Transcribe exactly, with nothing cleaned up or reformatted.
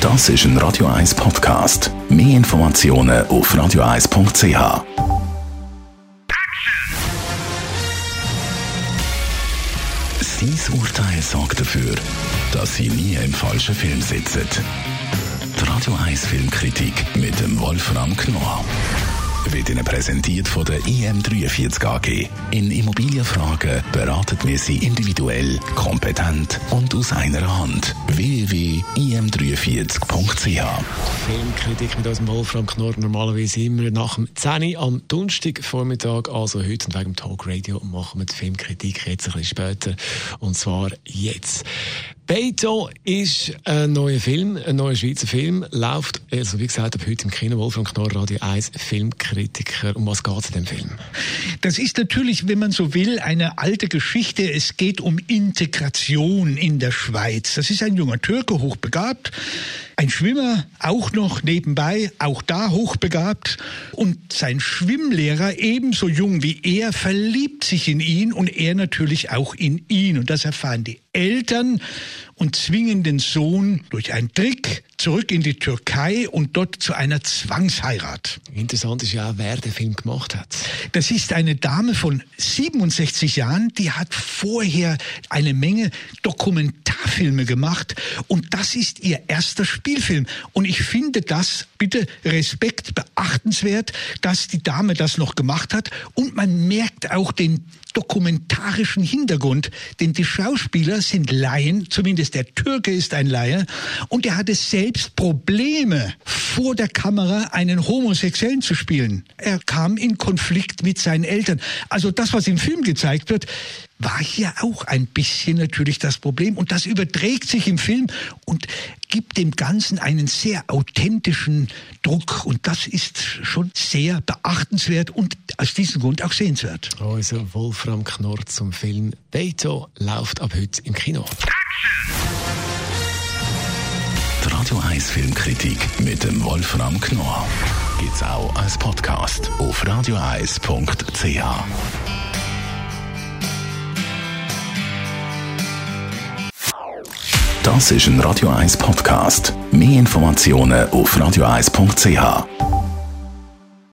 Das ist ein Radio eins Podcast. Mehr Informationen auf radio eins punkt c h. Sein Urteil sorgt dafür, dass Sie nie im falschen Film sitzen. Die Radio eins Filmkritik mit dem Wolfram Knorr wird Ihnen präsentiert von der I M dreiundvierzig A G. In Immobilienfragen beraten wir Sie individuell, kompetent und aus einer Hand. w w w punkt i m dreiundvierzig punkt c h. Filmkritik mit unserem Wolfram Knorr normalerweise immer nach dem zehn Uhr am Donnerstagvormittag, also heute, und wegen dem Talkradio machen wir die Filmkritik jetzt ein bisschen später, und zwar jetzt. Beto ist ein neuer Film, ein neuer Schweizer Film, läuft, also wie gesagt, ab heute im Kino. Wolfram Knorr, Radio eins Filmkritiker. Um was geht es in dem Film? Das ist natürlich, wenn man so will, eine alte Geschichte. Es geht um Integration in der Schweiz. Das ist ein junger Türke, hochbegabt. Ein Schwimmer, auch noch nebenbei, auch da hochbegabt. Und sein Schwimmlehrer, ebenso jung wie er, verliebt sich in ihn und er natürlich auch in ihn. Und das erfahren die Eltern und zwingen den Sohn durch einen Trick zurück in die Türkei und dort zu einer Zwangsheirat. Interessant ist ja auch, wer den Film gemacht hat. Das ist eine Dame von siebenundsechzig Jahren, die hat vorher eine Menge Dokumentarfilme gemacht und das ist ihr erster Spielfilm. Und ich finde das, bitte Respekt, beachtenswert, dass die Dame das noch gemacht hat. Und man merkt auch den dokumentarischen Hintergrund, denn die Schauspieler sind Laien, zumindest der Türke ist ein Laie, und er hatte selbst Probleme, vor der Kamera einen Homosexuellen zu spielen. Er kam in Konflikt mit seinen Eltern. Also das, was im Film gezeigt wird, war hier auch ein bisschen natürlich das Problem. Und das überträgt sich im Film und gibt dem Ganzen einen sehr authentischen Druck. Und das ist schon sehr beachtenswert und aus diesem Grund auch sehenswert. Also Wolfram Knorr zum Film Beto läuft ab heute im Kino. Die Radio eins Filmkritik mit dem Wolfram Knorr gibt's auch als Podcast auf radio eins punkt c h. Das ist ein Radio eins Podcast. Mehr Informationen auf radio eins punkt c h.